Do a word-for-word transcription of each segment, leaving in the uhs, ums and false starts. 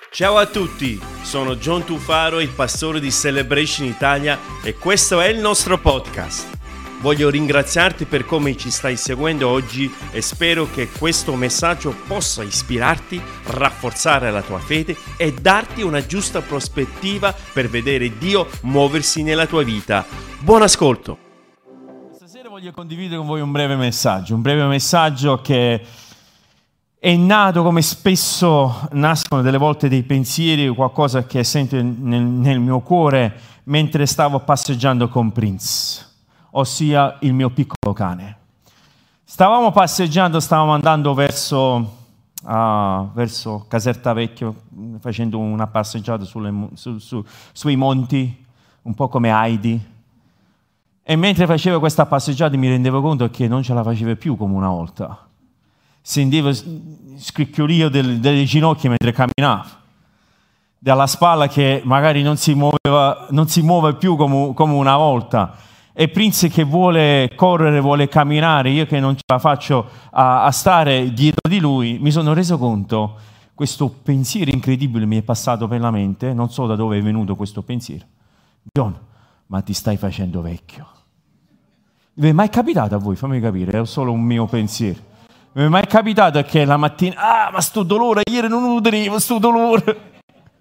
Ciao a tutti, sono John Tufaro, il pastore di Celebration Italia e questo è il nostro podcast. Voglio ringraziarti per come ci stai seguendo oggi e spero che questo messaggio possa ispirarti, rafforzare la tua fede e darti una giusta prospettiva per vedere Dio muoversi nella tua vita. Buon ascolto! Stasera voglio condividere con voi un breve messaggio, un breve messaggio che è nato come spesso nascono delle volte dei pensieri, qualcosa che sento nel, nel mio cuore mentre stavo passeggiando con Prince, ossia il mio piccolo cane. Stavamo passeggiando, stavamo andando verso, uh, verso Caserta Vecchio, facendo una passeggiata sulle, su, su, sui monti, un po' come Heidi. E mentre facevo questa passeggiata mi rendevo conto che non ce la facevo più come una volta. Sentivo scricchiolio del, delle ginocchia mentre camminavo, dalla spalla che magari non si muoveva, non si muove più come, come una volta, e Prince che vuole correre, vuole camminare, io che non ce la faccio a, a stare dietro di lui. Mi sono reso conto, questo pensiero incredibile mi è passato per la mente, non so da dove è venuto questo pensiero. John, ma ti stai facendo vecchio. Vi è mai capitato a voi? Fammi capire, è solo un mio pensiero. Mi è mai capitato che la mattina, ah, ma sto dolore, ieri non lo tenevo, sto dolore.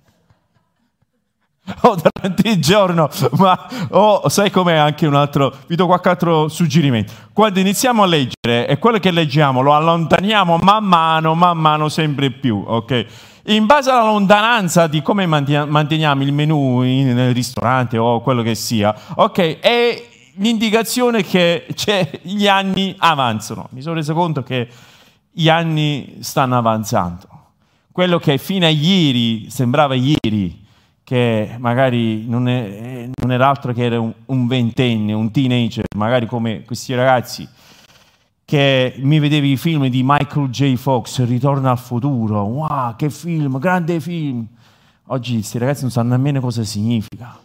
O durante il giorno, ma oh, sai com'è anche un altro, vi do qualche altro suggerimento. Quando iniziamo a leggere, e quello che leggiamo lo allontaniamo man mano, man mano sempre più, ok? In base alla lontananza di come manteniamo il menù nel ristorante o quello che sia, ok? È l'indicazione che c'è, gli anni avanzano. Mi sono reso conto che gli anni stanno avanzando. Quello che fino a ieri sembrava ieri, che magari non, è, non era altro che era un, un ventenne, un teenager, magari come questi ragazzi, che mi vedevi i film di Michael J. Fox, Ritorno al futuro, wow, che film, grande film. Oggi questi ragazzi non sanno nemmeno cosa significa.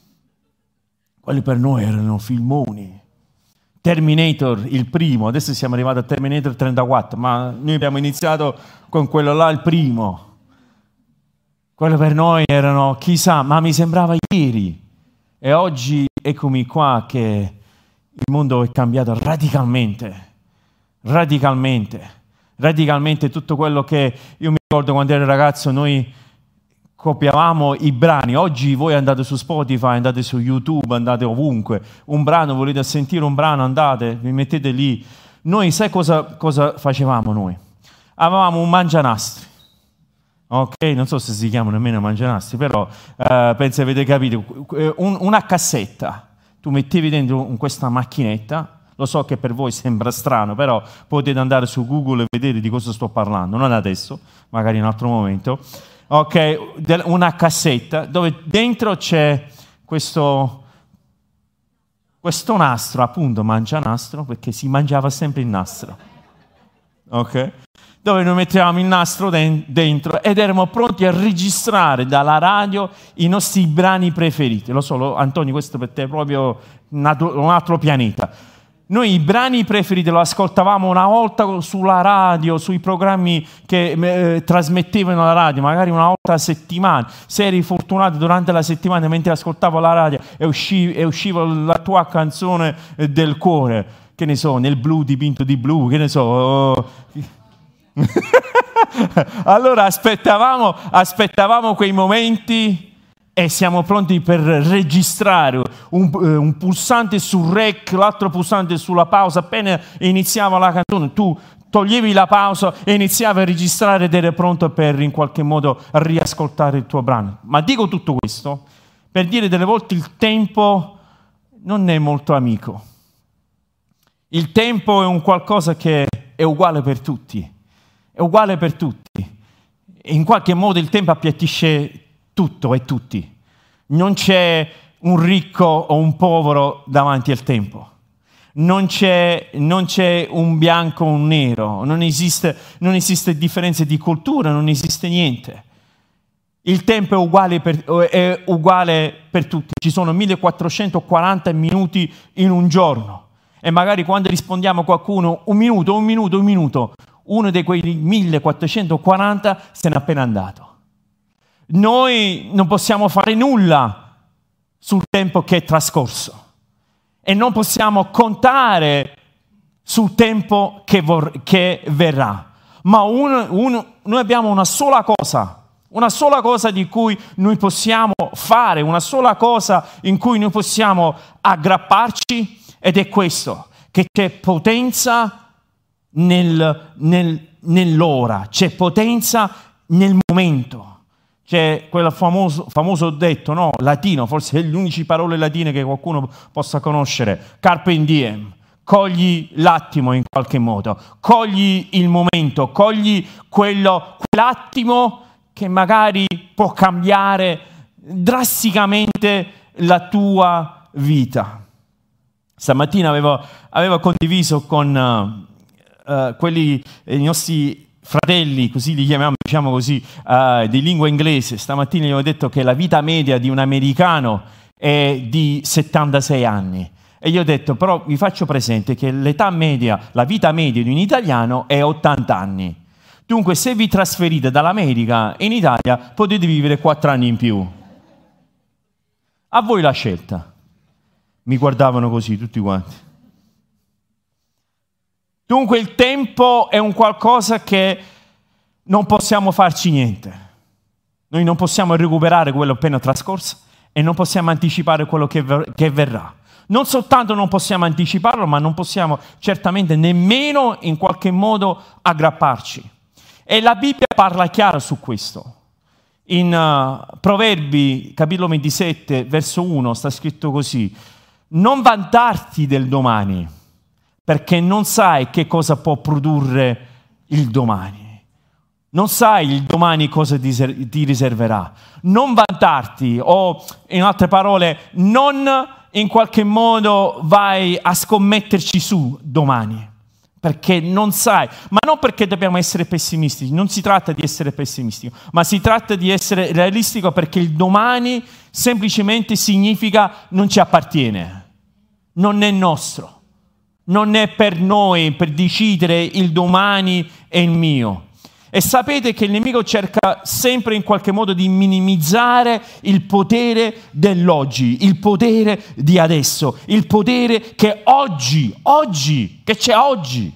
Quelli per noi erano filmoni. Terminator, il primo, adesso siamo arrivati a Terminator trentaquattro, ma noi abbiamo iniziato con quello là, il primo. Quello per noi erano, chissà, ma mi sembrava ieri. E oggi eccomi qua che il mondo è cambiato radicalmente, radicalmente, radicalmente tutto quello che io mi ricordo quando ero ragazzo, noi copiavamo i brani. Oggi voi andate su Spotify, andate su YouTube, andate ovunque. Un brano, volete sentire un brano, andate, vi mettete lì. Noi, sai cosa, cosa facevamo noi? Avevamo un mangianastri. Ok, non so se si chiamano nemmeno mangianastri, però eh, penso avete capito. Un, una cassetta. Tu mettevi dentro in questa macchinetta. Lo so che per voi sembra strano, però potete andare su Google e vedere di cosa sto parlando. Non adesso, magari in un altro momento. Ok, una cassetta dove dentro c'è questo, questo nastro, appunto mangianastro, perché si mangiava sempre il nastro, ok? Dove noi mettevamo il nastro dentro ed eravamo pronti a registrare dalla radio i nostri brani preferiti. Lo so, Antonio, questo per te è proprio un altro, un altro pianeta. Noi i brani preferiti lo ascoltavamo una volta sulla radio, sui programmi che eh, trasmettevano la radio, magari una volta a settimana. Se eri fortunato durante la settimana mentre ascoltavo la radio e, usci- e usciva la tua canzone eh, del cuore, che ne so, nel blu dipinto di blu, che ne so. Oh. Allora aspettavamo, aspettavamo quei momenti e siamo pronti per registrare un, un pulsante sul rec, l'altro pulsante sulla pausa. Appena iniziava la canzone, tu toglievi la pausa e iniziavi a registrare ed eri pronto per in qualche modo riascoltare il tuo brano. Ma dico tutto questo per dire delle volte il tempo non è molto amico. Il tempo è un qualcosa che è uguale per tutti, è uguale per tutti. E in qualche modo il tempo appiattisce tutto e tutti. Non c'è un ricco o un povero davanti al tempo. Non c'è, non c'è un bianco o un nero. Non esiste, non esiste differenza di cultura, non esiste niente. Il tempo è uguale per, è uguale per tutti. Ci sono millequattrocentoquaranta minuti in un giorno. E magari quando rispondiamo a qualcuno un minuto, un minuto, un minuto, uno di quei millequattrocentoquaranta se n'è appena andato. noi non possiamo fare nulla sul tempo che è trascorso e non possiamo contare sul tempo che, vor- che verrà. Ma un, un, noi abbiamo una sola cosa, una sola cosa di cui noi possiamo fare, una sola cosa in cui noi possiamo aggrapparci, ed è questo, che c'è potenza nel, nel, nell'ora, c'è potenza nel momento. C'è quel famoso, famoso detto, no, latino, forse è le uniche parole latine che qualcuno possa conoscere, carpe diem, cogli l'attimo in qualche modo, cogli il momento, cogli quello, quell'attimo che magari può cambiare drasticamente la tua vita. Stamattina avevo, avevo condiviso con uh, uh, quelli, i nostri fratelli, così li chiamiamo, diciamo così, uh, di lingua inglese. Stamattina gli ho detto che la vita media di un americano è di settantasei anni. E gli ho detto, però vi faccio presente che l'età media, la vita media di un italiano è ottanta anni. Dunque, se vi trasferite dall'America in Italia, potete vivere quattro anni in più. A voi la scelta. Mi guardavano così tutti quanti. Dunque il tempo è un qualcosa che non possiamo farci niente. Noi non possiamo recuperare quello appena trascorso e non possiamo anticipare quello che, ver- che verrà. Non soltanto non possiamo anticiparlo, ma non possiamo certamente nemmeno in qualche modo aggrapparci. E la Bibbia parla chiaro su questo. In uh, Proverbi, capitolo ventisette, verso uno, sta scritto così: non vantarti del domani, perché non sai che cosa può produrre il domani. Non sai il domani cosa ti, ser- ti riserverà. Non vantarti, o in altre parole, non in qualche modo vai a scommetterci su domani, perché non sai. Ma non perché dobbiamo essere pessimistici, non si tratta di essere pessimistico, ma si tratta di essere realistico, perché il domani semplicemente significa non ci appartiene, non è nostro. Non è per noi, per decidere il domani è il mio. E sapete che il nemico cerca sempre in qualche modo di minimizzare il potere dell'oggi, il potere di adesso, il potere che oggi, oggi, che c'è oggi.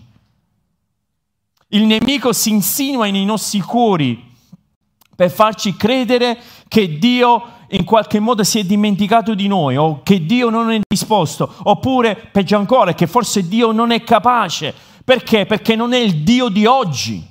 Il nemico si insinua nei nostri cuori per farci credere che Dio in qualche modo si è dimenticato di noi, o che Dio non è disposto, oppure, peggio ancora, che forse Dio non è capace. Perché? Perché non è il Dio di oggi.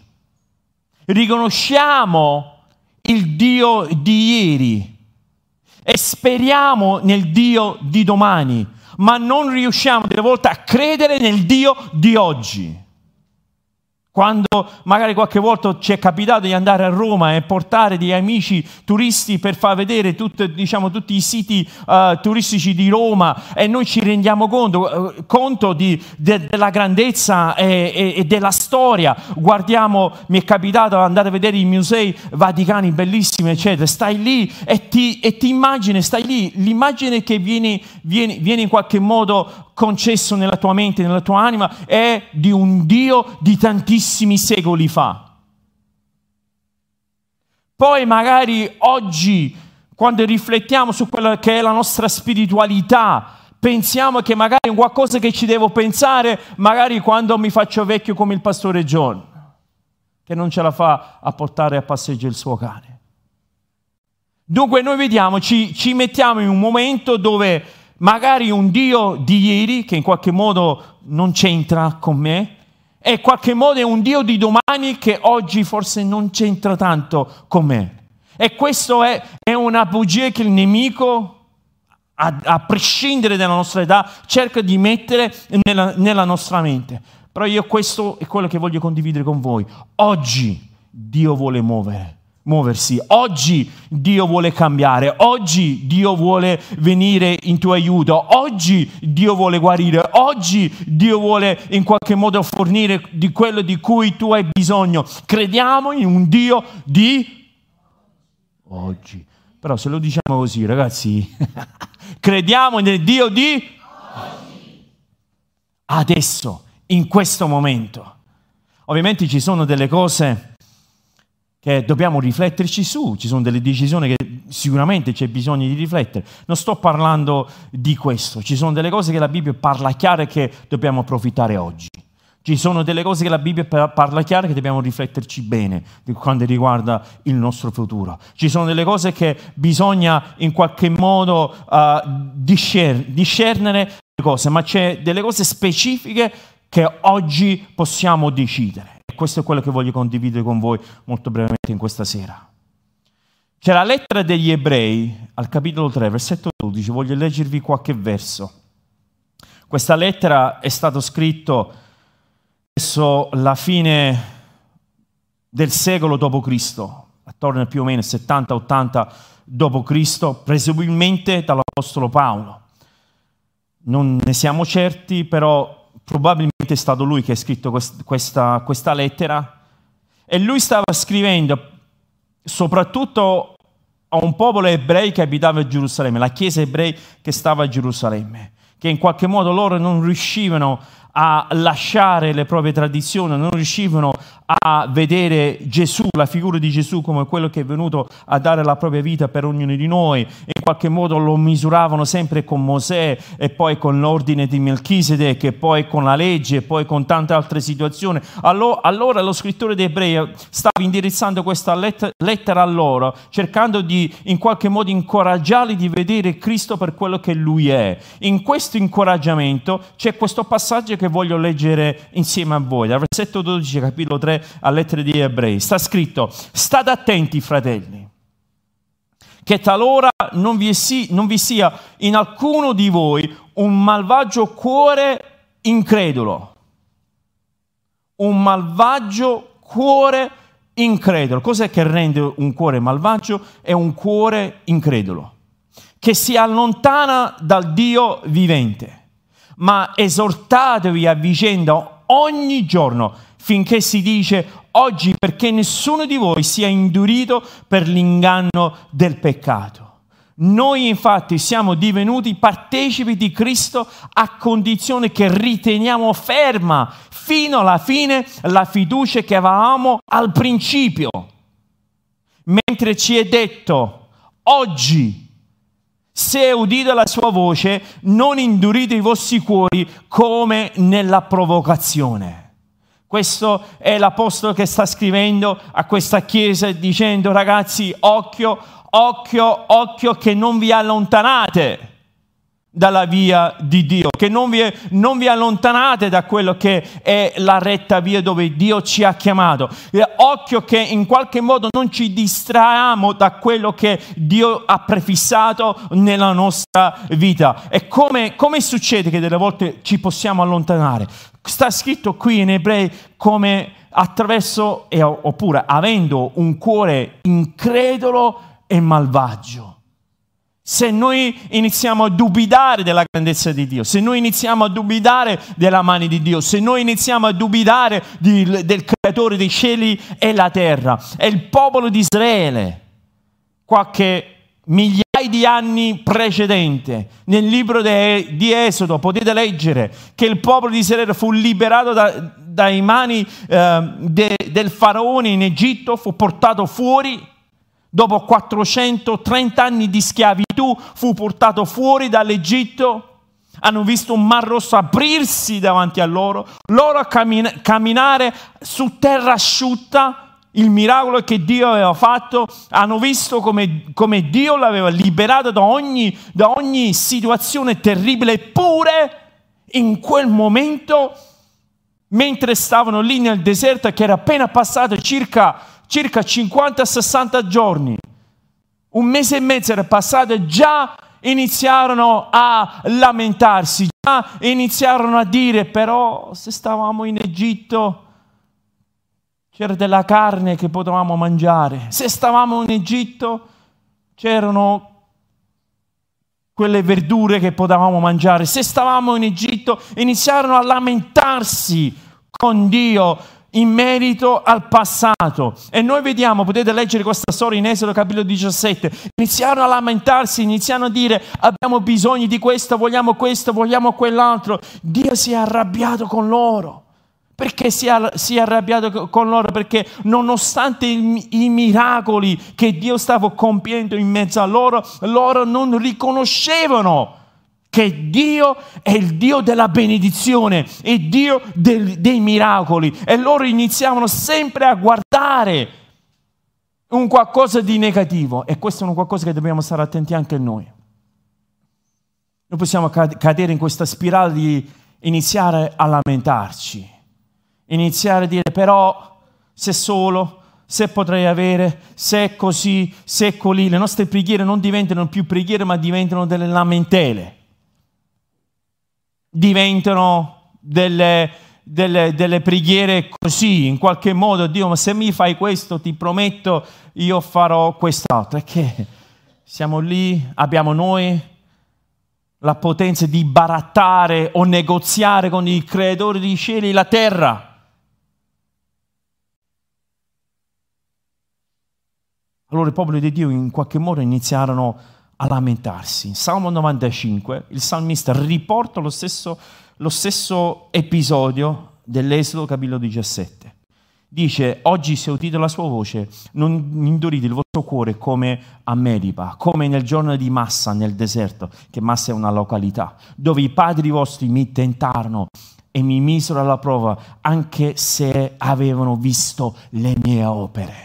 Riconosciamo il Dio di ieri e speriamo nel Dio di domani, ma non riusciamo delle volte a credere nel Dio di oggi. Quando magari qualche volta ci è capitato di andare a Roma e portare degli amici turisti per far vedere tutto, diciamo, tutti i siti uh, turistici di Roma, e noi ci rendiamo conto, uh, conto di, de, della grandezza e, e, e della storia. Guardiamo, mi è capitato di andare a vedere i musei vaticani bellissimi, eccetera. Stai lì e ti, e ti immagini, stai lì, l'immagine che viene, viene, viene in qualche modo concesso nella tua mente, nella tua anima, è di un Dio di tantissimi secoli fa. Poi magari oggi, quando riflettiamo su quella che è la nostra spiritualità, pensiamo che magari è qualcosa che ci devo pensare magari quando mi faccio vecchio come il pastore John, che non ce la fa a portare a passeggio il suo cane. Dunque noi vediamo, ci, ci mettiamo in un momento dove magari un Dio di ieri, che in qualche modo non c'entra con me, e in qualche modo è un Dio di domani che oggi forse non c'entra tanto con me. E questo è, è una bugia che il nemico, a, a prescindere dalla nostra età, cerca di mettere nella, nella nostra mente. Però io questo è quello che voglio condividere con voi. Oggi Dio vuole muovere. muoversi. Oggi Dio vuole cambiare, oggi Dio vuole venire in tuo aiuto, oggi Dio vuole guarire, oggi Dio vuole in qualche modo fornire di quello di cui tu hai bisogno. Crediamo in un Dio di oggi. Però se lo diciamo così, ragazzi, crediamo nel Dio di oggi. Adesso, in questo momento. Ovviamente ci sono delle cose che dobbiamo rifletterci su, ci sono delle decisioni che sicuramente c'è bisogno di riflettere. Non sto parlando di questo, ci sono delle cose che la Bibbia parla chiare che dobbiamo approfittare oggi. Ci sono delle cose che la Bibbia parla chiare che dobbiamo rifletterci bene quando riguarda il nostro futuro. Ci sono delle cose che bisogna in qualche modo uh, discer- discernere le cose, ma c'è delle cose specifiche che oggi possiamo decidere. E questo è quello che voglio condividere con voi molto brevemente in questa sera. C'è la lettera degli Ebrei al capitolo tre, versetto dodici. Voglio leggervi qualche verso. Questa lettera è stata scritta verso la fine del secolo dopo Cristo, attorno più o meno settanta ottanta dopo Cristo, presumibilmente dall'Apostolo Paolo. Non ne siamo certi, però probabilmente è stato lui che ha scritto quest- questa, questa lettera, e lui stava scrivendo soprattutto a un popolo ebreo che abitava a Gerusalemme, la chiesa ebrei che stava a Gerusalemme, che in qualche modo loro non riuscivano a lasciare le proprie tradizioni, non riuscivano a vedere Gesù, la figura di Gesù, come quello che è venuto a dare la propria vita per ognuno di noi. In qualche modo lo misuravano sempre con Mosè e poi con l'ordine di Melchisedec e poi con la legge e poi con tante altre situazioni. Allora lo scrittore dei Ebrei stava indirizzando questa lettera a loro, cercando di in qualche modo incoraggiarli di vedere Cristo per quello che Lui è. In questo incoraggiamento c'è questo passaggio che voglio leggere insieme a voi, dal versetto dodici, capitolo tre, alla lettera degli Ebrei. Sta scritto: state attenti, fratelli, che talora non vi, si, non vi sia in alcuno di voi un malvagio cuore incredulo. Un malvagio cuore incredulo. Cos'è che rende un cuore malvagio? È un cuore incredulo, che si allontana dal Dio vivente. Ma esortatevi a vicenda ogni giorno, finché si dice oggi, perché nessuno di voi sia indurito per l'inganno del peccato. Noi infatti siamo divenuti partecipi di Cristo a condizione che riteniamo ferma fino alla fine la fiducia che avevamo al principio. Mentre ci è detto oggi, se udite la sua voce, non indurite i vostri cuori come nella provocazione. Questo è l'apostolo che sta scrivendo a questa chiesa dicendo: ragazzi, occhio, occhio, occhio che non vi allontanate dalla via di Dio, che non vi, non vi allontanate da quello che è la retta via dove Dio ci ha chiamato. Occhio che in qualche modo non ci distraiamo da quello che Dio ha prefissato nella nostra vita. E come, come succede che delle volte ci possiamo allontanare? Sta scritto qui in Ebrei come attraverso, eh, oppure avendo un cuore incredulo e malvagio. Se noi iniziamo a dubitare della grandezza di Dio, se noi iniziamo a dubitare della mano di Dio, se noi iniziamo a dubitare di, del creatore dei cieli e la terra, è il popolo di Israele, qualche migliaia di anni precedente, nel libro de, di Esodo potete leggere che il popolo di Israele fu liberato da, dai mani eh, de, del faraone in Egitto, fu portato fuori. Dopo quattrocentotrenta anni di schiavitù fu portato fuori dall'Egitto. Hanno visto un mar rosso aprirsi davanti a loro, loro cammin- camminare su terra asciutta, il miracolo che Dio aveva fatto. Hanno visto come, come Dio l'aveva liberato da ogni, da ogni situazione terribile. Eppure in quel momento, mentre stavano lì nel deserto, che era appena passato circa circa cinquanta sessanta giorni, un mese e mezzo era passato e già iniziarono a lamentarsi, già iniziarono a dire: però se stavamo in Egitto c'era della carne che potevamo mangiare, se stavamo in Egitto c'erano quelle verdure che potevamo mangiare, se stavamo in Egitto. Iniziarono a lamentarsi con Dio in merito al passato. E noi vediamo, potete leggere questa storia in Esodo capitolo diciassette, iniziarono a lamentarsi, iniziarono a dire: abbiamo bisogno di questo, vogliamo questo, vogliamo quell'altro. Dio si è arrabbiato con loro perché si è, si è arrabbiato con loro, perché nonostante i, i miracoli che Dio stava compiendo in mezzo a loro, loro non riconoscevano che Dio è il Dio della benedizione, è Dio del, dei miracoli, e loro iniziavano sempre a guardare un qualcosa di negativo, e questo è un qualcosa che dobbiamo stare attenti anche noi. Noi possiamo cadere in questa spirale di iniziare a lamentarci, iniziare a dire però se solo, se potrei avere, se è così, se è colì. Le nostre preghiere non diventano più preghiere, ma diventano delle lamentele, diventano delle, delle, delle preghiere così, in qualche modo. Dio, ma se mi fai questo ti prometto io farò quest'altro. E che siamo lì, abbiamo noi la potenza di barattare o negoziare con il creatore dei cieli e la terra. Allora i popoli di Dio in qualche modo iniziarono a lamentarsi. In Salmo novantacinque il salmista riporta lo stesso, lo stesso episodio dell'Esodo capitolo diciassette. Dice: oggi se udite la sua voce, non indurite il vostro cuore come a Meriba, come nel giorno di Massa nel deserto, che Massa è una località, dove i padri vostri mi tentarono e mi misero alla prova, anche se avevano visto le mie opere.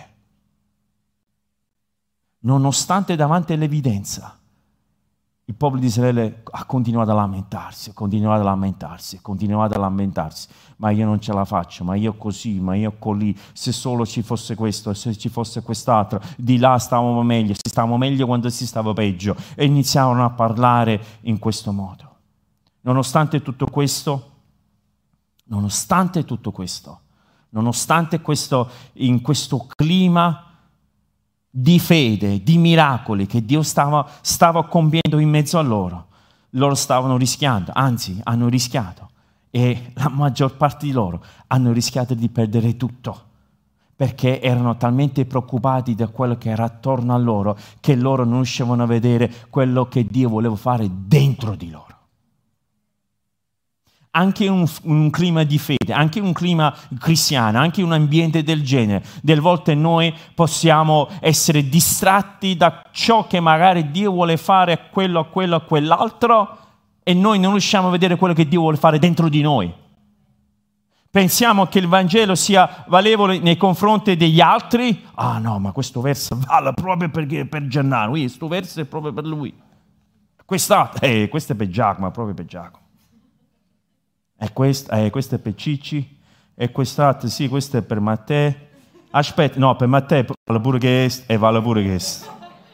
Nonostante davanti all'evidenza, il popolo di Israele ha continuato a lamentarsi, ha continuato a lamentarsi, ha continuato a lamentarsi. Ma io non ce la faccio, ma io così, ma io colì, se solo ci fosse questo, se ci fosse quest'altro, di là stavamo meglio, si stava meglio quando si stava peggio. E iniziarono a parlare in questo modo. Nonostante tutto questo, nonostante tutto questo, nonostante questo, in questo clima di fede, di miracoli che Dio stava, stava compiendo in mezzo a loro, loro stavano rischiando, anzi hanno rischiato, e la maggior parte di loro hanno rischiato di perdere tutto, perché erano talmente preoccupati da quello che era attorno a loro che loro non riuscivano a vedere quello che Dio voleva fare dentro di loro. Anche in un, un clima di fede, anche in un clima cristiano, anche in un ambiente del genere, delle volte noi possiamo essere distratti da ciò che magari Dio vuole fare a quello, a quello, a quell'altro, e noi non riusciamo a vedere quello che Dio vuole fare dentro di noi. Pensiamo che il Vangelo sia valevole nei confronti degli altri. Ah no, ma questo verso vale proprio perché, per Gennaro, questo verso è proprio per lui. Quest'altro, eh, questo è per Giacomo, proprio per Giacomo. E questo, eh, questo è per Cicci, e quest'altro, sì, questo è per Matteo. Aspetta, no, per Matteo vale pure questo e vale pure questo.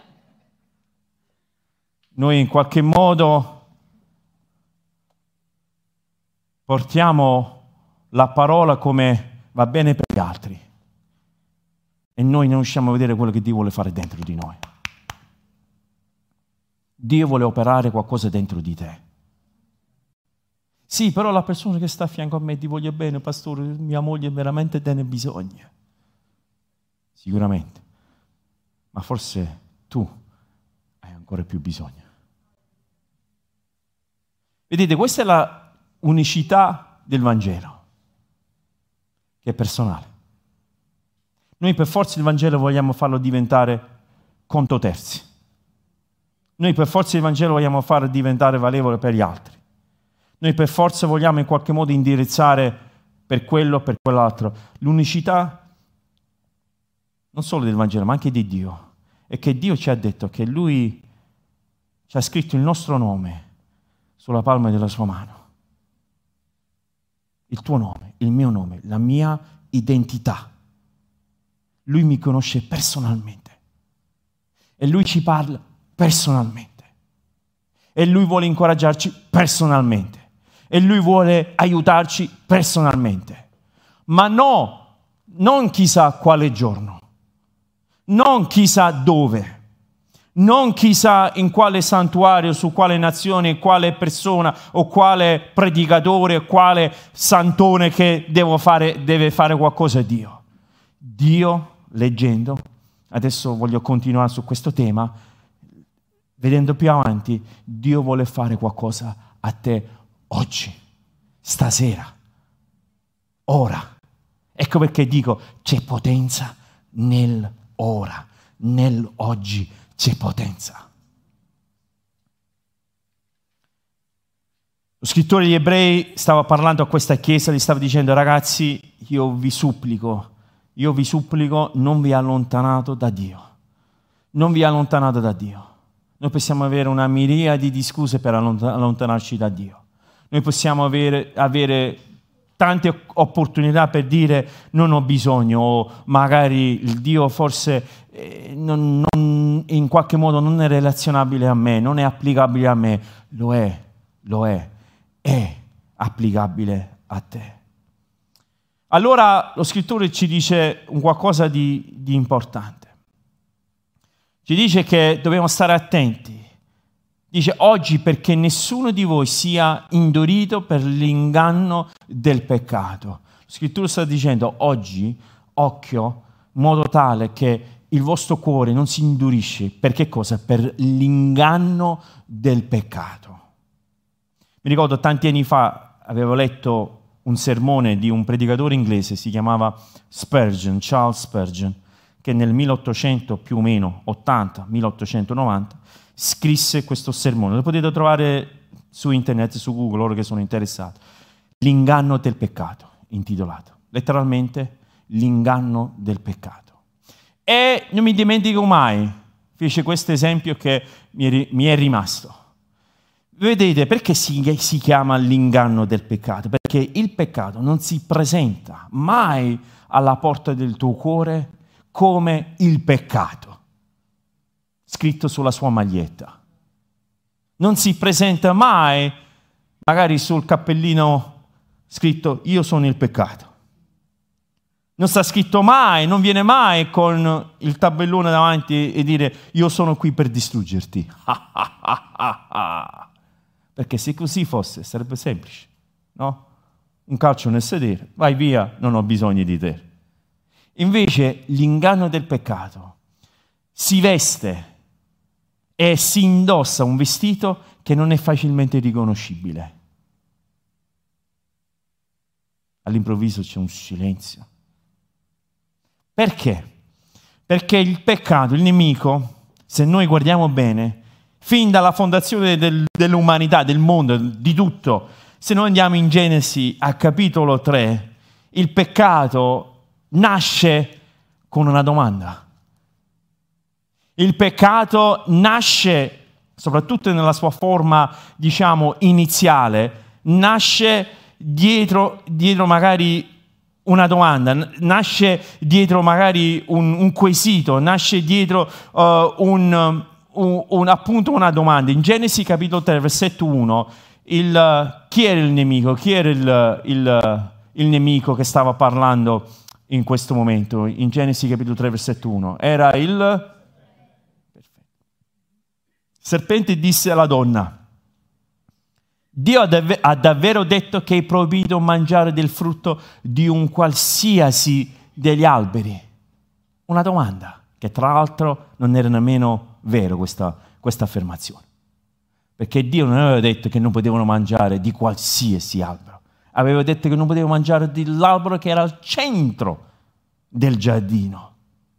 Noi in qualche modo portiamo la parola come va bene per gli altri e noi non riusciamo a vedere quello che Dio vuole fare dentro di noi. Dio vuole operare qualcosa dentro di te. Sì, però la persona che sta a fianco a me ti voglio bene, pastore, mia moglie veramente te ne bisogna. Sicuramente. Ma forse tu hai ancora più bisogno. Vedete, questa è la unicità del Vangelo, che è personale. Noi per forza il Vangelo vogliamo farlo diventare conto terzi. Noi per forza il Vangelo vogliamo farlo diventare valevole per gli altri. Noi per forza vogliamo in qualche modo indirizzare per quello o per quell'altro. L'unicità non solo del Vangelo, ma anche di Dio, è che Dio ci ha detto che Lui ci ha scritto il nostro nome sulla palma della sua mano. Il tuo nome, il mio nome, la mia identità. Lui mi conosce personalmente e Lui ci parla personalmente e Lui vuole incoraggiarci personalmente. E Lui vuole aiutarci personalmente. Ma no, non chissà quale giorno, non chissà dove, non chissà in quale santuario, su quale nazione, quale persona o quale predicatore, quale santone che devo fare, deve fare qualcosa a Dio. Dio, leggendo, adesso voglio continuare su questo tema, vedendo più avanti, Dio vuole fare qualcosa a te oggi, stasera, ora. Ecco perché dico, c'è potenza nell'ora, nell'oggi c'è potenza. Lo scrittore degli Ebrei stava parlando a questa chiesa, gli stava dicendo: ragazzi, io vi supplico, io vi supplico, non vi allontanate da Dio. Non vi allontanate da Dio. Noi possiamo avere una miriade di scuse per allontanarci da Dio. Noi possiamo avere, avere tante opportunità per dire non ho bisogno, o magari il Dio forse eh, non, non, in qualche modo non è relazionabile a me, non è applicabile a me. Lo è, lo è. È applicabile a te. Allora lo scrittore ci dice un qualcosa di, di importante. Ci dice che dobbiamo stare attenti. Dice oggi perché nessuno di voi sia indurito per l'inganno del peccato. Lo scrittore sta dicendo oggi, occhio, in modo tale che il vostro cuore non si indurisce. Per che cosa? Per l'inganno del peccato. Mi ricordo tanti anni fa avevo letto un sermone di un predicatore inglese, si chiamava Spurgeon, Charles Spurgeon, che nel milleottocento più o meno ottanta, milleottocentonovanta, scrisse questo sermone. Lo potete trovare su internet, su Google, loro che sono interessati. L'inganno del peccato, intitolato. Letteralmente, l'inganno del peccato. E non mi dimentico mai, fece questo esempio che mi è, mi è rimasto. Vedete, perché si, si chiama l'inganno del peccato? Perché il peccato non si presenta mai alla porta del tuo cuore come il peccato, scritto sulla sua maglietta. Non si presenta mai, magari sul cappellino, scritto io sono il peccato. Non sta scritto mai, non viene mai con il tabellone davanti e dire io sono qui per distruggerti. Perché se così fosse sarebbe semplice, no? Un calcio nel sedere, vai via, non ho bisogno di te. Invece l'inganno del peccato si veste e si indossa un vestito che non è facilmente riconoscibile. All'improvviso c'è un silenzio. Perché? Perché il peccato, il nemico, se noi guardiamo bene, fin dalla fondazione del, dell'umanità, del mondo, di tutto, se noi andiamo in Genesi a capitolo tre, il peccato nasce con una domanda. Il peccato nasce, soprattutto nella sua forma, diciamo, iniziale, nasce dietro, dietro magari una domanda, nasce dietro magari un, un quesito, nasce dietro uh, un... Un, un, appunto una domanda. In Genesi capitolo tre, versetto uno, il, chi era il nemico? Chi era il, il, il nemico che stava parlando in questo momento? In Genesi capitolo tre, versetto uno. Era il Perfetto. serpente disse alla donna: Dio ha, dav- ha davvero detto che è proibito mangiare del frutto di un qualsiasi degli alberi? Una domanda che tra l'altro non era nemmeno vero questa, questa affermazione, perché Dio non aveva detto che non potevano mangiare di qualsiasi albero, aveva detto che non potevano mangiare dell'albero che era al centro del giardino.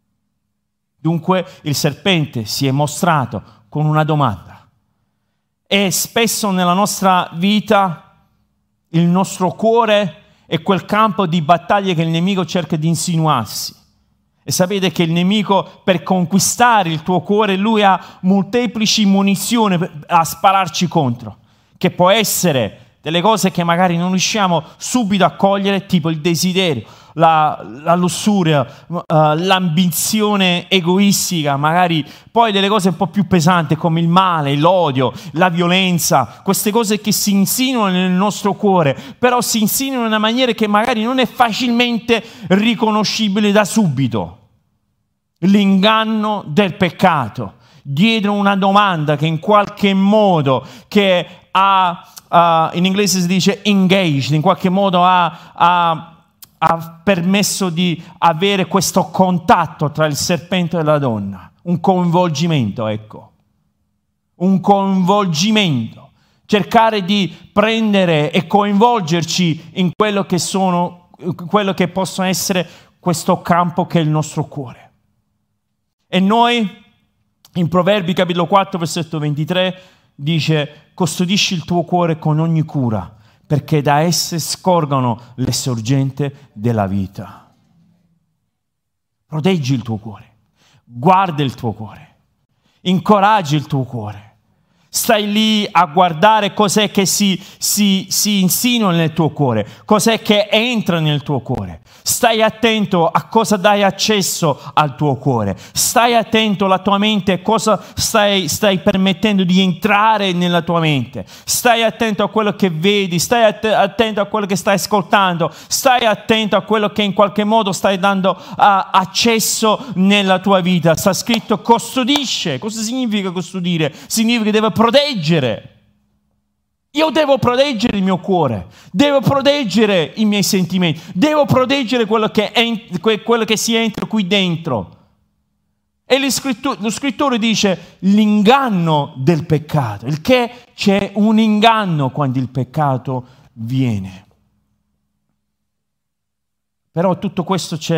Dunque il serpente si è mostrato con una domanda, e spesso nella nostra vita il nostro cuore è quel campo di battaglia che il nemico cerca di insinuarsi. E sapete che il nemico, per conquistare il tuo cuore, lui ha molteplici munizioni a spararci contro, che può essere delle cose che magari non riusciamo subito a cogliere, tipo il desiderio, la, la lussuria, uh, l'ambizione egoistica, magari poi delle cose un po' più pesanti come il male, l'odio, la violenza, queste cose che si insinuano nel nostro cuore, però si insinuano in una maniera che magari non è facilmente riconoscibile da subito. L'inganno del peccato, dietro una domanda che in qualche modo che ha, uh, in inglese si dice engaged, in qualche modo ha, ha ha permesso di avere questo contatto tra il serpente e la donna, un coinvolgimento, ecco, un coinvolgimento, cercare di prendere e coinvolgerci in quello che sono quello che possa essere questo campo che è il nostro cuore. E noi, in Proverbi capitolo quattro, versetto ventitré, dice: custodisci il tuo cuore con ogni cura, perché da esse scorgono le sorgenti della vita. Proteggi il tuo cuore, guarda il tuo cuore, incoraggi il tuo cuore. Stai lì a guardare cos'è che si, si, si insinua nel tuo cuore, cos'è che entra nel tuo cuore. Stai attento a cosa dai accesso al tuo cuore. Stai attento alla tua mente, cosa stai, stai permettendo di entrare nella tua mente. Stai attento a quello che vedi, stai att- attento a quello che stai ascoltando, stai attento a quello che in qualche modo stai dando uh, accesso nella tua vita. Sta scritto custodisce. Cosa significa custodire? Significa che deve proteggere. Io devo proteggere il mio cuore, devo proteggere i miei sentimenti, devo proteggere quello che, è, quello che si entra qui dentro. E lo scrittore, lo scrittore dice l'inganno del peccato, il che c'è un inganno quando il peccato viene. Però tutto questo c'è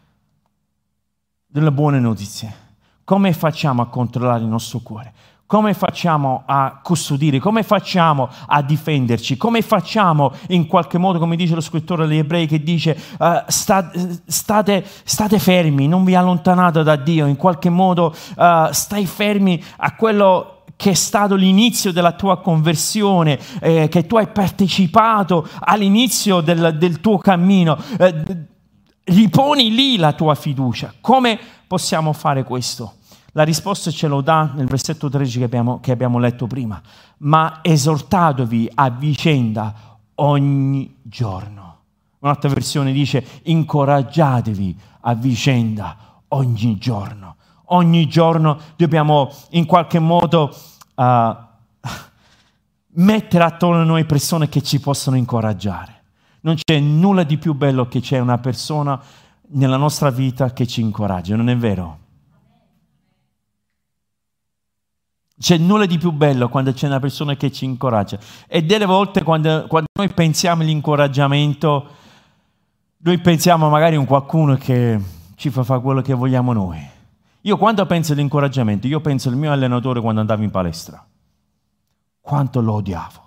delle buone notizie. Come facciamo a controllare il nostro cuore? Come facciamo a custodire? Come facciamo a difenderci? Come facciamo in qualche modo, come dice lo scrittore agli Ebrei, che dice uh, sta, state, state fermi, non vi allontanate da Dio, in qualche modo uh, stai fermi a quello che è stato l'inizio della tua conversione, eh, che tu hai partecipato all'inizio del, del tuo cammino. Eh, riponi lì la tua fiducia. Come possiamo fare questo? La risposta ce lo dà nel versetto tredici che abbiamo, che abbiamo letto prima. Ma esortatevi a vicenda ogni giorno. Un'altra versione dice incoraggiatevi a vicenda ogni giorno. Ogni giorno dobbiamo in qualche modo uh, mettere attorno a noi persone che ci possono incoraggiare. Non c'è nulla di più bello che c'è una persona nella nostra vita che ci incoraggia, non è vero? C'è nulla di più bello quando c'è una persona che ci incoraggia. E delle volte quando, quando noi pensiamo all'incoraggiamento, noi pensiamo magari a un qualcuno che ci fa fare quello che vogliamo noi. Io quando penso all'incoraggiamento, io penso al mio allenatore quando andavo in palestra. Quanto lo odiavo.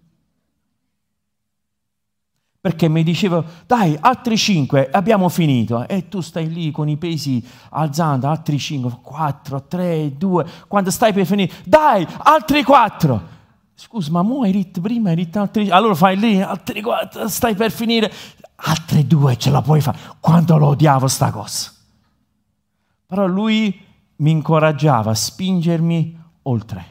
Perché mi diceva, dai, altri cinque, abbiamo finito. E tu stai lì con i pesi alzando, altri cinque, quattro, tre, due. Quando stai per finire, dai, altri quattro. Scusa, ma mo hai detto prima, hai detto altri... Allora fai lì, altri quattro, stai per finire. Altri due, ce la puoi fare. Quanto lo odiavo sta cosa. Però lui mi incoraggiava a spingermi oltre.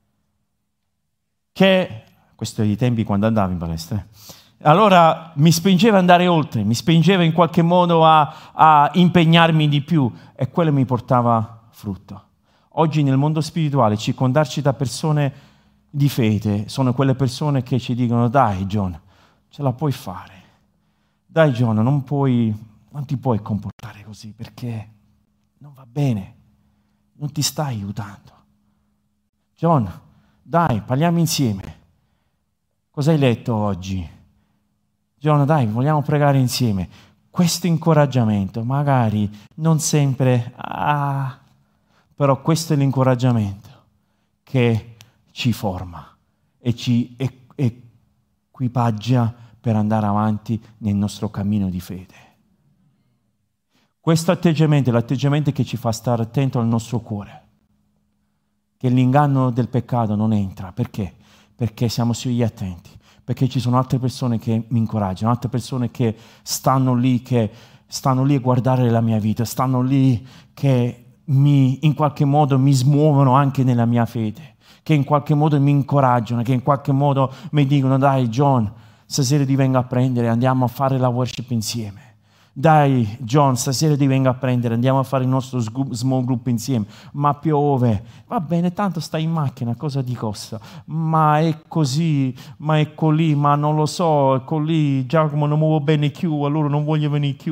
Che, questo è i tempi quando andavo in palestra, allora mi spingeva ad andare oltre, mi spingeva in qualche modo a, a impegnarmi di più e quello mi portava frutto. Oggi nel mondo spirituale circondarci da persone di fede sono quelle persone che ci dicono dai John, ce la puoi fare, dai John, non puoi, non ti puoi comportare così perché non va bene, non ti stai aiutando. John, dai, parliamo insieme. Cosa hai letto oggi? John, dai, vogliamo pregare insieme. Questo incoraggiamento, magari non sempre, ah, però questo è l'incoraggiamento che ci forma e ci equipaggia per andare avanti nel nostro cammino di fede. Questo atteggiamento è l'atteggiamento che ci fa stare attento al nostro cuore, che l'inganno del peccato non entra. Perché? Perché siamo sugli attenti. Perché ci sono altre persone che mi incoraggiano, altre persone che stanno lì, che stanno lì a guardare la mia vita, stanno lì che mi, in qualche modo mi smuovono anche nella mia fede, che in qualche modo mi incoraggiano, che in qualche modo mi dicono dai John, stasera ti vengo a prendere, andiamo a fare la worship insieme. Dai John, stasera ti vengo a prendere, andiamo a fare il nostro small group insieme. Ma piove, va bene, tanto stai in macchina, cosa ti costa? Ma è così, ma è colì, ma non lo so, è colì, Giacomo non muovo bene più, allora non voglio venire più.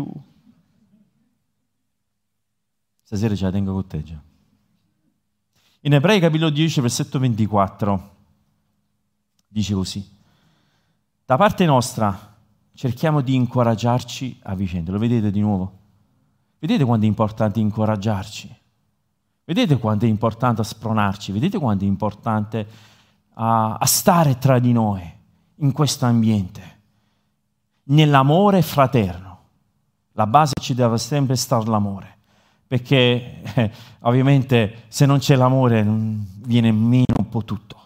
Stasera ce la tengo con te già. In Ebrei capitolo dieci, versetto ventiquattro, dice così. Da parte nostra, cerchiamo di incoraggiarci a vicenda. Lo vedete di nuovo? Vedete quanto è importante incoraggiarci? Vedete quanto è importante spronarci? Vedete quanto è importante a, a stare tra di noi in questo ambiente, nell'amore fraterno. La base ci deve sempre stare l'amore, perché eh, ovviamente se non c'è l'amore non viene meno un po' tutto.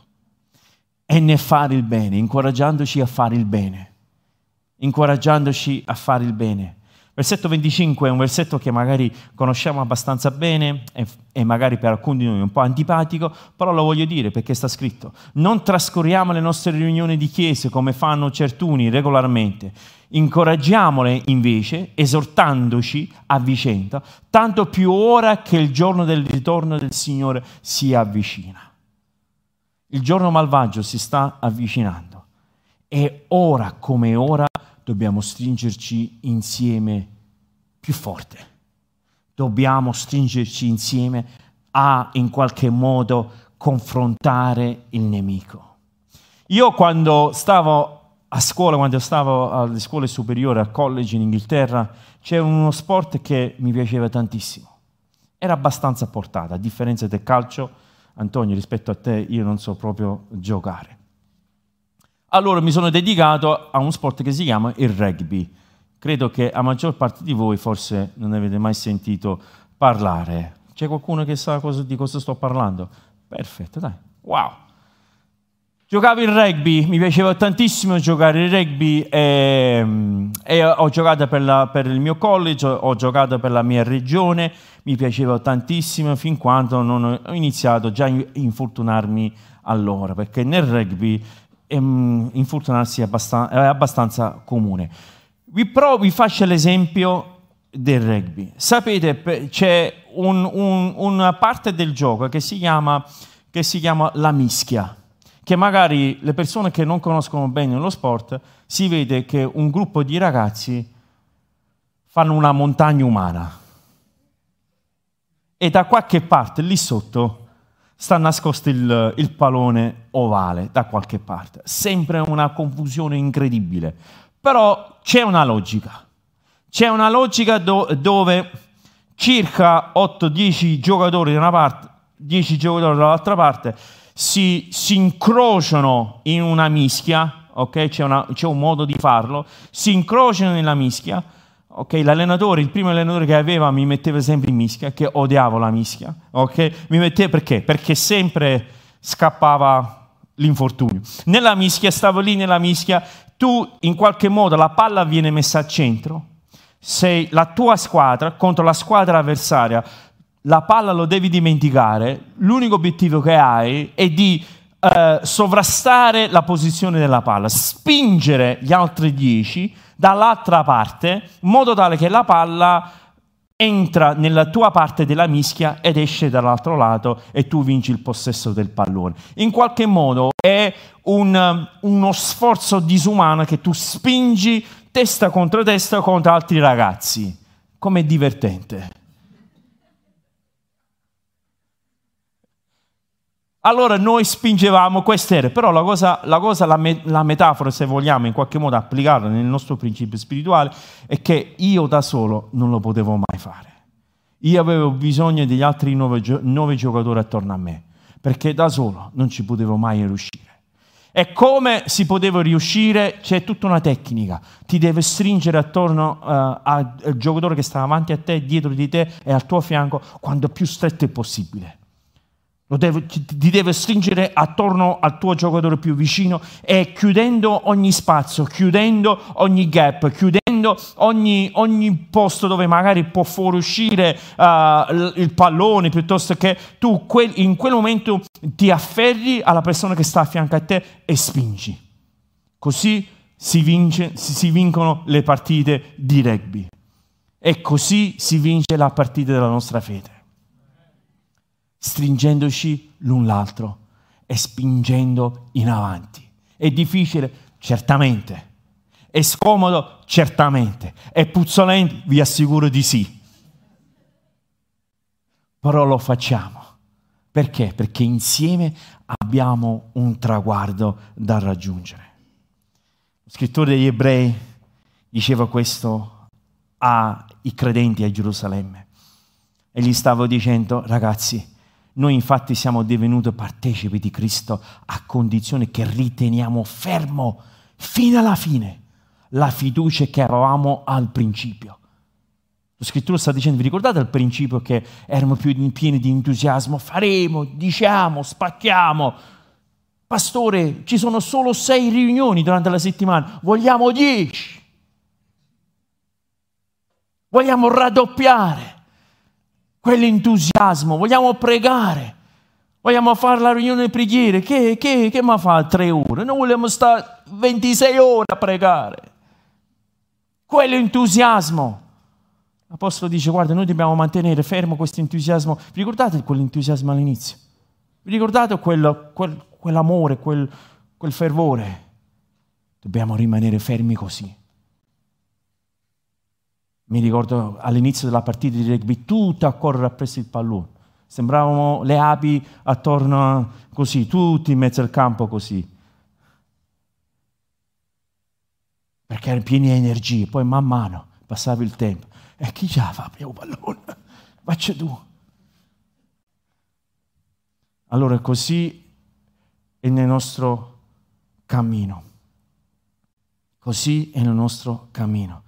E nel fare il bene, incoraggiandoci a fare il bene, incoraggiandoci a fare il bene. Versetto venticinque è un versetto che magari conosciamo abbastanza bene e, e magari per alcuni di noi è un po' antipatico, però lo voglio dire perché sta scritto. Non trascuriamo le nostre riunioni di chiese come fanno certuni regolarmente, incoraggiamole invece esortandoci a vicenda, tanto più ora che il giorno del ritorno del Signore si avvicina. Il giorno malvagio si sta avvicinando e ora come ora dobbiamo stringerci insieme più forte. Dobbiamo stringerci insieme a, in qualche modo, confrontare il nemico. Io quando stavo a scuola, quando stavo alle scuole superiori, al college in Inghilterra, c'era uno sport che mi piaceva tantissimo. Era abbastanza a portata, a differenza del calcio. Antonio, rispetto a te, io non so proprio giocare. Allora mi sono dedicato a un sport che si chiama il rugby. Credo che la maggior parte di voi forse non ne avete mai sentito parlare. C'è qualcuno che sa cosa, di cosa sto parlando? Perfetto, dai. Wow. Giocavo il rugby, mi piaceva tantissimo giocare il rugby e, e ho giocato per, la, per il mio college, ho giocato per la mia regione, mi piaceva tantissimo fin quando non ho iniziato già a infortunarmi allora, perché nel rugby infortunarsi è abbastanza, è abbastanza comune. Vi, provo, vi faccio l'esempio del rugby. Sapete, c'è un, un, una parte del gioco che si chiama, che si chiama la mischia, che magari le persone che non conoscono bene lo sport si vede che un gruppo di ragazzi fanno una montagna umana e da qualche parte lì sotto sta nascosto il, il pallone ovale da qualche parte. Sempre una confusione incredibile. Però c'è una logica. C'è una logica do, dove circa otto dieci giocatori da una parte, dieci giocatori dall'altra parte si, si incrociano in una mischia, ok? C'è, una, c'è un modo di farlo. Si incrociano nella mischia. Ok, l'allenatore, il primo allenatore che aveva mi metteva sempre in mischia, che odiavo la mischia, ok? Mi metteva perché? Perché sempre scappava l'infortunio. Nella mischia, stavo lì nella mischia, tu in qualche modo la palla viene messa al centro, sei la tua squadra contro la squadra avversaria, la palla lo devi dimenticare, l'unico obiettivo che hai è di eh, sovrastare la posizione della palla, spingere gli altri dieci dall'altra parte, in modo tale che la palla entra nella tua parte della mischia ed esce dall'altro lato e tu vinci il possesso del pallone. In qualche modo è un, uno sforzo disumano che tu spingi testa contro testa contro altri ragazzi. Com'è divertente. Allora noi spingevamo queste ere, però la cosa, la, cosa la, me, la metafora, se vogliamo in qualche modo applicarla nel nostro principio spirituale, è che io da solo non lo potevo mai fare. Io avevo bisogno degli altri nove, nove giocatori attorno a me, perché da solo non ci potevo mai riuscire. E come si poteva riuscire? C'è tutta una tecnica. Ti deve stringere attorno uh, al giocatore che sta avanti a te, dietro di te e al tuo fianco, quanto più stretto è possibile. Lo deve, ti deve stringere attorno al tuo giocatore più vicino e chiudendo ogni spazio, chiudendo ogni gap, chiudendo ogni, ogni posto dove magari può fuoriuscire uh, il pallone, piuttosto che tu quel, in quel momento ti afferri alla persona che sta a fianco a te e spingi. Così si, vince, si, si vincono le partite di rugby e così si vince la partita della nostra fede. Stringendoci l'un l'altro e spingendo in avanti. È difficile? Certamente. È scomodo? Certamente. È puzzolente? Vi assicuro di sì. Però lo facciamo. Perché? Perché insieme abbiamo un traguardo da raggiungere. Lo scrittore degli Ebrei Diceva questo ai credenti a Gerusalemme. E gli stavo dicendo, ragazzi, noi infatti siamo divenuti partecipi di Cristo a condizione che riteniamo fermo fino alla fine la fiducia che avevamo al principio. La scrittura sta dicendo, vi ricordate al principio che eravamo più pieni di entusiasmo? Faremo, diciamo, spacchiamo. Pastore, ci sono solo sei riunioni durante la settimana, vogliamo dieci. Vogliamo raddoppiare quell'entusiasmo, vogliamo pregare, vogliamo fare la riunione di preghiere. Che, che, che mi fa tre ore? Noi vogliamo stare ventisei ore a pregare. Quell'entusiasmo. L'Apostolo dice, guarda, noi dobbiamo mantenere fermo questo entusiasmo. Vi ricordate quell'entusiasmo all'inizio? Vi ricordate quello, quel, quell'amore, quel, quel fervore? Dobbiamo rimanere fermi così. Mi ricordo all'inizio della partita di rugby, tutti a correre appresso il pallone. Sembravamo le api attorno a, così, tutti in mezzo al campo così. Perché erano pieni di energie. Poi man mano passava il tempo. E chi già fa più pallone? Faccia tu. Allora così è nel nostro cammino. Così è nel nostro cammino.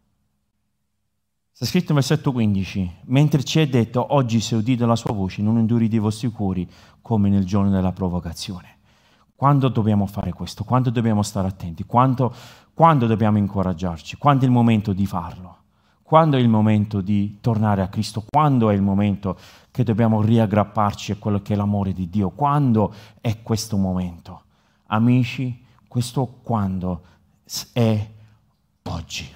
Sta scritto in versetto quindici, mentre ci è detto, oggi se udite la sua voce, non indurite i vostri cuori come nel giorno della provocazione. Quando dobbiamo fare questo? Quando dobbiamo stare attenti? Quando, quando dobbiamo incoraggiarci? Quando è il momento di farlo? Quando è il momento di tornare a Cristo? Quando è il momento che dobbiamo riaggrapparci a quello che è l'amore di Dio? Quando è questo momento? Amici, questo quando è oggi.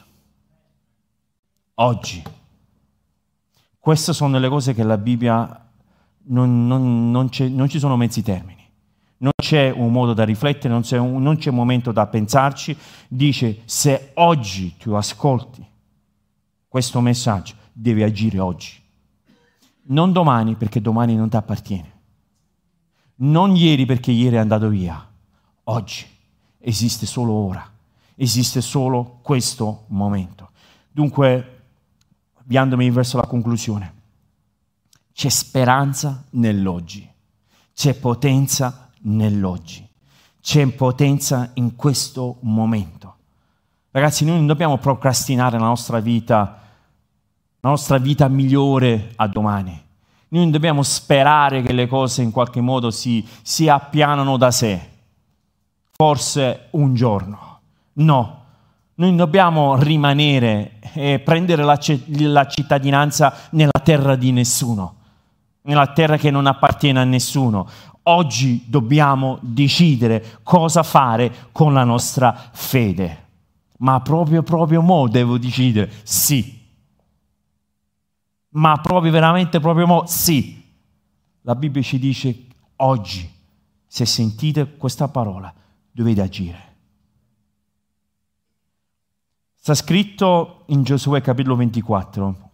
Oggi. Queste sono le cose che la Bibbia non, non, non, c'è, non ci sono mezzi termini. Non c'è un modo da riflettere, non c'è un, non c'è un momento da pensarci. Dice, se oggi tu ascolti questo messaggio, devi agire oggi. Non domani, perché domani non ti appartiene. Non ieri, perché ieri è andato via. Oggi. Esiste solo ora. Esiste solo questo momento. Dunque, avviandomi verso la conclusione, c'è speranza nell'oggi. C'è potenza nell'oggi. C'è potenza in questo momento. Ragazzi, noi non dobbiamo procrastinare la nostra vita, la nostra vita migliore a domani. Noi non dobbiamo sperare che le cose in qualche modo si, si appianano da sé. Forse un giorno. No. Noi non dobbiamo rimanere e prendere la, la cittadinanza nella terra di nessuno, nella terra che non appartiene a nessuno. Oggi dobbiamo decidere cosa fare con la nostra fede. Ma proprio, proprio mo devo decidere, sì. Ma proprio, veramente, proprio mo, sì. La Bibbia ci dice, oggi, se sentite questa parola, dovete agire. Sta scritto in Giosuè capitolo ventiquattro.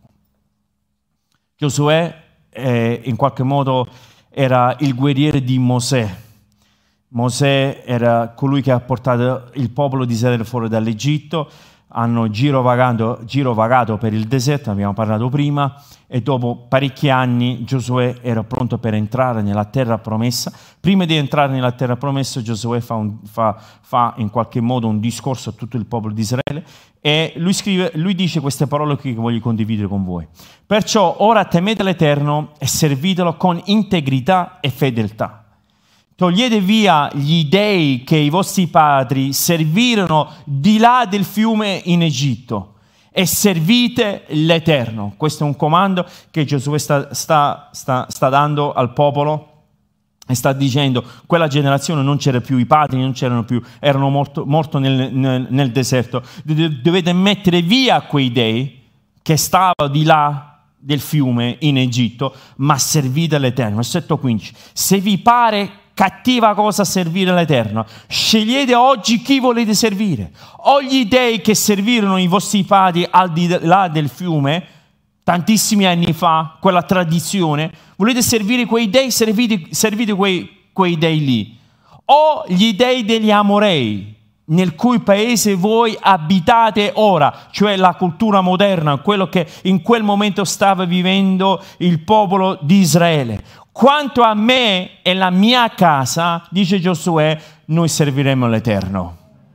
Giosuè eh, in qualche modo era il guerriere di Mosè. Mosè era colui che ha portato il popolo di Israele fuori dall'Egitto. Hanno girovagato, girovagato per il deserto, abbiamo parlato prima, e dopo parecchi anni Giosuè era pronto per entrare nella terra promessa. Prima di entrare nella terra promessa Giosuè fa, un, fa, fa in qualche modo un discorso a tutto il popolo di Israele e lui, scrive, lui dice queste parole che voglio condividere con voi. Perciò ora temete l'Eterno e servitelo con integrità e fedeltà. Togliete via gli dei che i vostri padri servirono di là del fiume in Egitto e servite l'Eterno. Questo è un comando che Giosuè sta, sta, sta, sta dando al popolo e sta dicendo, quella generazione non c'era più, i padri non c'erano più, erano morti morto nel, nel, nel deserto. Dovete mettere via quei dei che stavano di là del fiume in Egitto, ma servite l'Eterno. Versetto quindici. Se vi pare cattiva cosa servire l'Eterno, scegliete oggi chi volete servire. O gli dei che servirono i vostri padri al di là del fiume, tantissimi anni fa, quella tradizione, volete servire quei dei, servite, servite quei, quei dei lì. O gli dei degli Amorei, nel cui paese voi abitate ora, cioè la cultura moderna, quello che in quel momento stava vivendo il popolo di Israele. Quanto a me e la mia casa, dice Giosuè, noi serviremo l'Eterno.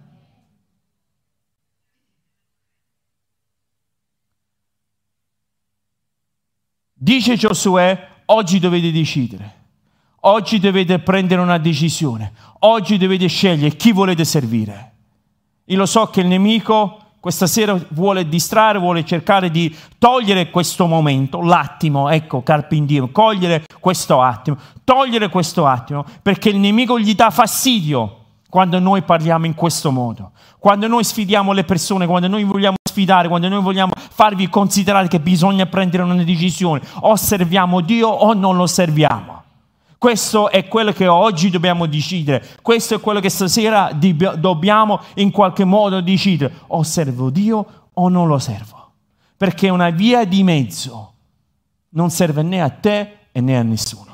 Dice Giosuè, oggi dovete decidere, oggi dovete prendere una decisione, oggi dovete scegliere chi volete servire. Io lo so che il nemico questa sera vuole distrarre, vuole cercare di togliere questo momento, l'attimo, ecco, carpe diem, cogliere questo attimo, togliere questo attimo, perché il nemico gli dà fastidio quando noi parliamo in questo modo, quando noi sfidiamo le persone, quando noi vogliamo sfidare, quando noi vogliamo farvi considerare che bisogna prendere una decisione, o serviamo Dio o non lo serviamo. Questo è quello che oggi dobbiamo decidere, questo è quello che stasera dobbiamo in qualche modo decidere, o servo Dio o non lo servo, perché una via di mezzo non serve né a te e né a nessuno.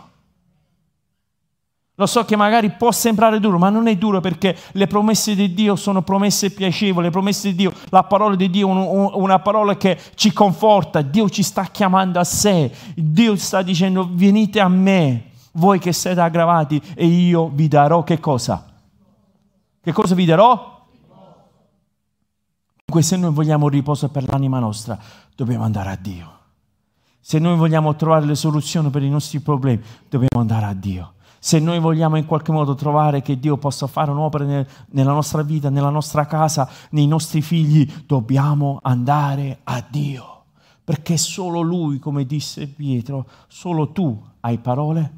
Lo so che magari può sembrare duro, ma non è duro, perché le promesse di Dio sono promesse piacevoli, le promesse di Dio, la parola di Dio è una parola che ci conforta, Dio ci sta chiamando a sé, Dio sta dicendo venite a me, voi che siete aggravati, e io vi darò che cosa? Che cosa vi darò? Dunque, se noi vogliamo riposo per l'anima nostra, dobbiamo andare a Dio. Se noi vogliamo trovare le soluzioni per i nostri problemi, dobbiamo andare a Dio. Se noi vogliamo in qualche modo trovare che Dio possa fare un'opera nel, nella nostra vita, nella nostra casa, nei nostri figli, dobbiamo andare a Dio. Perché solo Lui, come disse Pietro, solo tu hai parole,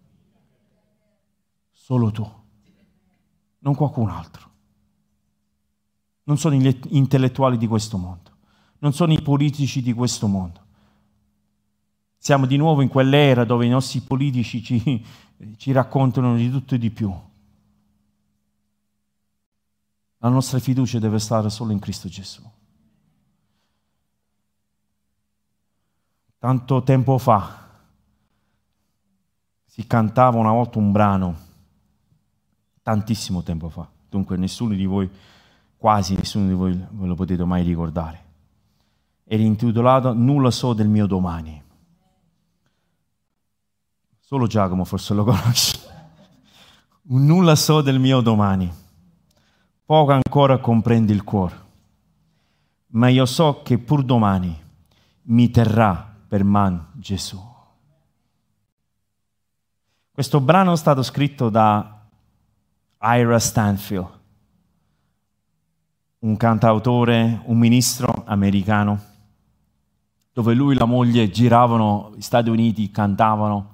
solo tu, non qualcun altro. Non sono gli intellettuali di questo mondo, non sono i politici di questo mondo. Siamo di nuovo in quell'era dove i nostri politici ci, ci raccontano di tutto e di più. La nostra fiducia deve stare solo in Cristo Gesù. Tanto tempo fa si cantava una volta un brano, tantissimo tempo fa, dunque nessuno di voi, quasi nessuno di voi ve lo potete mai ricordare. Era intitolato Nulla so del mio domani. Solo Giacomo forse lo conosce. Nulla so del mio domani, poco ancora comprende il cuore, ma io so che pur domani mi terrà per man Gesù. Questo brano è stato scritto da Ira Stanfield, un cantautore, un ministro americano, dove lui e la moglie giravano gli Stati Uniti, cantavano.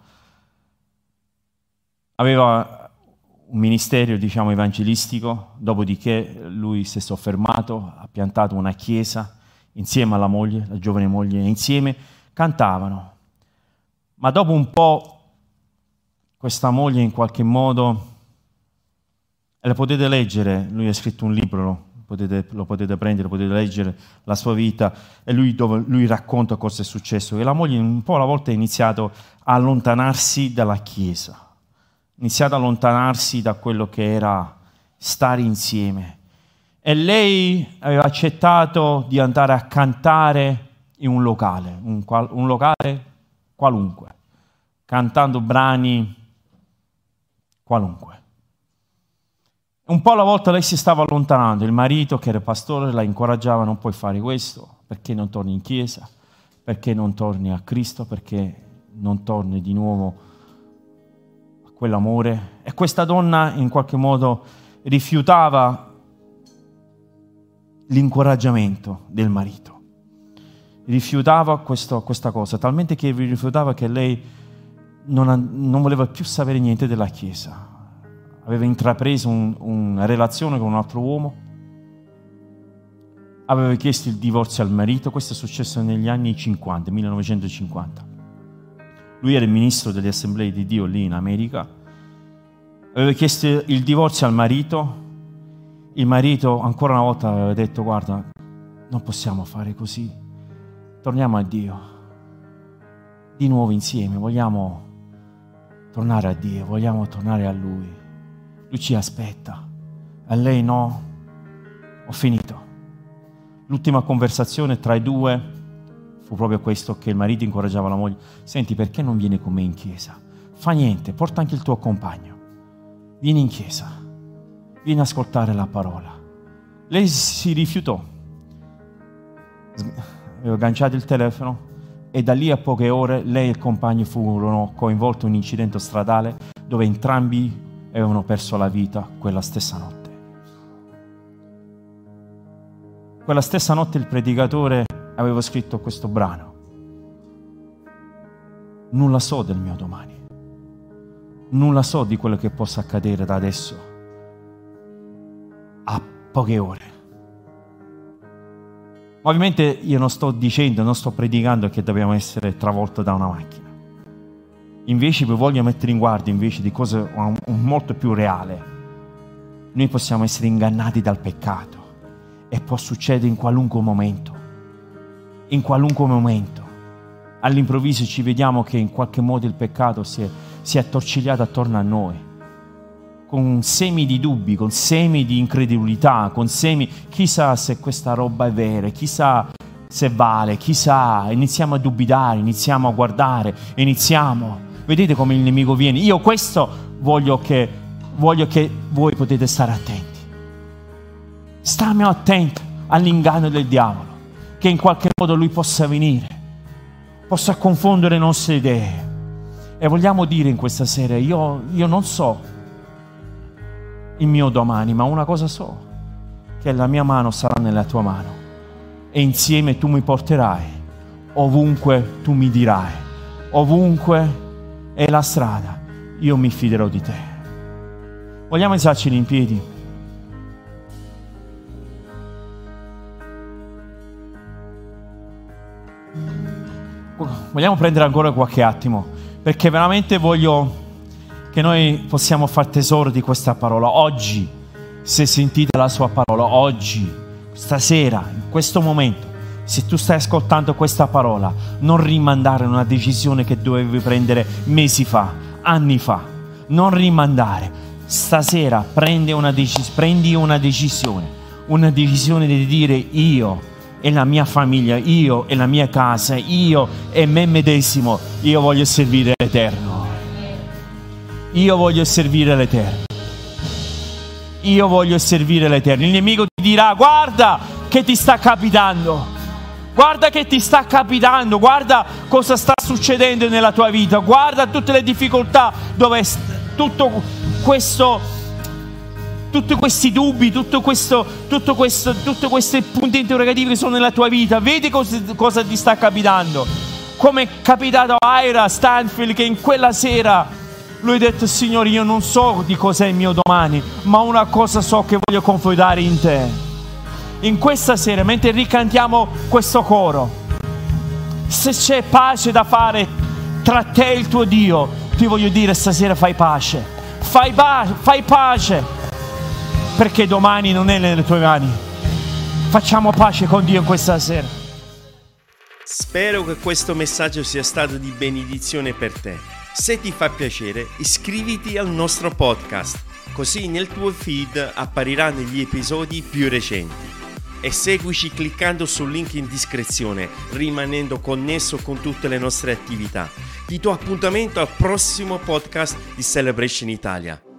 Aveva un ministero, diciamo, evangelistico, dopodiché lui si è soffermato, ha piantato una chiesa insieme alla moglie, la giovane moglie, e insieme cantavano. Ma dopo un po' questa moglie in qualche modo, e la potete leggere, lui ha scritto un libro, potete, lo potete prendere, potete leggere la sua vita, e lui, dove lui racconta cosa è successo, che la moglie un po' alla volta ha iniziato a allontanarsi dalla chiesa, iniziato a allontanarsi da quello che era stare insieme, e lei aveva accettato di andare a cantare in un locale, un, qual- un locale qualunque, cantando brani qualunque. Un po' alla volta lei si stava allontanando, il marito che era pastore la incoraggiava: non puoi fare questo, perché non torni in chiesa, perché non torni a Cristo, perché non torni di nuovo quell'amore. E questa donna in qualche modo rifiutava l'incoraggiamento del marito, rifiutava questo, questa cosa, talmente che rifiutava che lei non, non voleva più sapere niente della Chiesa. Aveva intrapreso un, una relazione con un altro uomo, aveva chiesto il divorzio al marito. Questo è successo negli anni cinquanta, millenovecentocinquanta. Lui era il ministro delle Assemblee di Dio lì in America, aveva chiesto il divorzio al marito. Il marito ancora una volta aveva detto: guarda, non possiamo fare così, torniamo a Dio, di nuovo insieme, vogliamo tornare a Dio, vogliamo tornare a Lui, Lui ci aspetta, a lei no, finito. L'ultima conversazione tra i due fu proprio questo, che il marito incoraggiava la moglie: senti, perché non vieni con me in chiesa? Fa niente, porta anche il tuo compagno, vieni in chiesa, vieni ad ascoltare la parola. Lei si rifiutò, aveva agganciato il telefono e da lì a poche ore lei e il compagno furono coinvolti in un incidente stradale dove entrambi avevano perso la vita quella stessa notte. Quella stessa notte il predicatore aveva scritto questo brano: nulla so del mio domani, nulla so di quello che possa accadere da adesso a poche ore. Ovviamente io non sto dicendo, non sto predicando che dobbiamo essere travolti da una macchina. Invece vi voglio mettere in guardia invece di cose un, un molto più reale. Noi possiamo essere ingannati dal peccato e può succedere in qualunque momento. In qualunque momento. All'improvviso ci vediamo che in qualche modo il peccato si è, si è attorcigliato attorno a noi, con semi di dubbi, con semi di incredulità, con semi, chissà se questa roba è vera, chissà se vale, chissà, iniziamo a dubitare, iniziamo a guardare, iniziamo, vedete come il nemico viene. Io questo voglio che, voglio che voi potete stare attenti. Stiamo attenti all'inganno del diavolo, che in qualche modo lui possa venire, possa confondere le nostre idee. E vogliamo dire in questa sera, io, io non so il mio domani, ma una cosa so, che la mia mano sarà nella tua mano e insieme tu mi porterai ovunque tu mi dirai, ovunque è la strada, io mi fiderò di te. Vogliamo alzarci in piedi? Vogliamo prendere ancora qualche attimo, perché veramente voglio che noi possiamo far tesoro di questa parola. Oggi, se sentite la sua parola, oggi, stasera, in questo momento, se tu stai ascoltando questa parola, non rimandare una decisione che dovevi prendere mesi fa, anni fa. Non rimandare. Stasera prendi una, decis- prendi una decisione, una decisione di dire: io e la mia famiglia, io e la mia casa, io e me medesimo, io voglio servire l'Eterno. Io voglio servire l'Eterno. Io voglio servire l'Eterno. Il nemico ti dirà: guarda che ti sta capitando. Guarda che ti sta capitando. Guarda cosa sta succedendo nella tua vita. Guarda tutte le difficoltà, dove tutto questo, tutti questi dubbi, tutto questo, tutto questo, tutti questi punti interrogativi che sono nella tua vita. Vedi cosa, cosa ti sta capitando. Come è capitato a Ira Stanfield, che in quella sera lui ha detto: Signore, io non so di cos'è il mio domani, ma una cosa so, che voglio confidare in te. In questa sera, mentre ricantiamo questo coro, se c'è pace da fare tra te e il tuo Dio, ti voglio dire stasera: fai pace. Fai, pa- fai pace, perché domani non è nelle tue mani. Facciamo pace con Dio in questa sera. Spero che questo messaggio sia stato di benedizione per te. Se ti fa piacere, iscriviti al nostro podcast, così nel tuo feed appariranno gli episodi più recenti. E seguici cliccando sul link in descrizione, rimanendo connesso con tutte le nostre attività. Ti do appuntamento al prossimo podcast di Celebration Italia.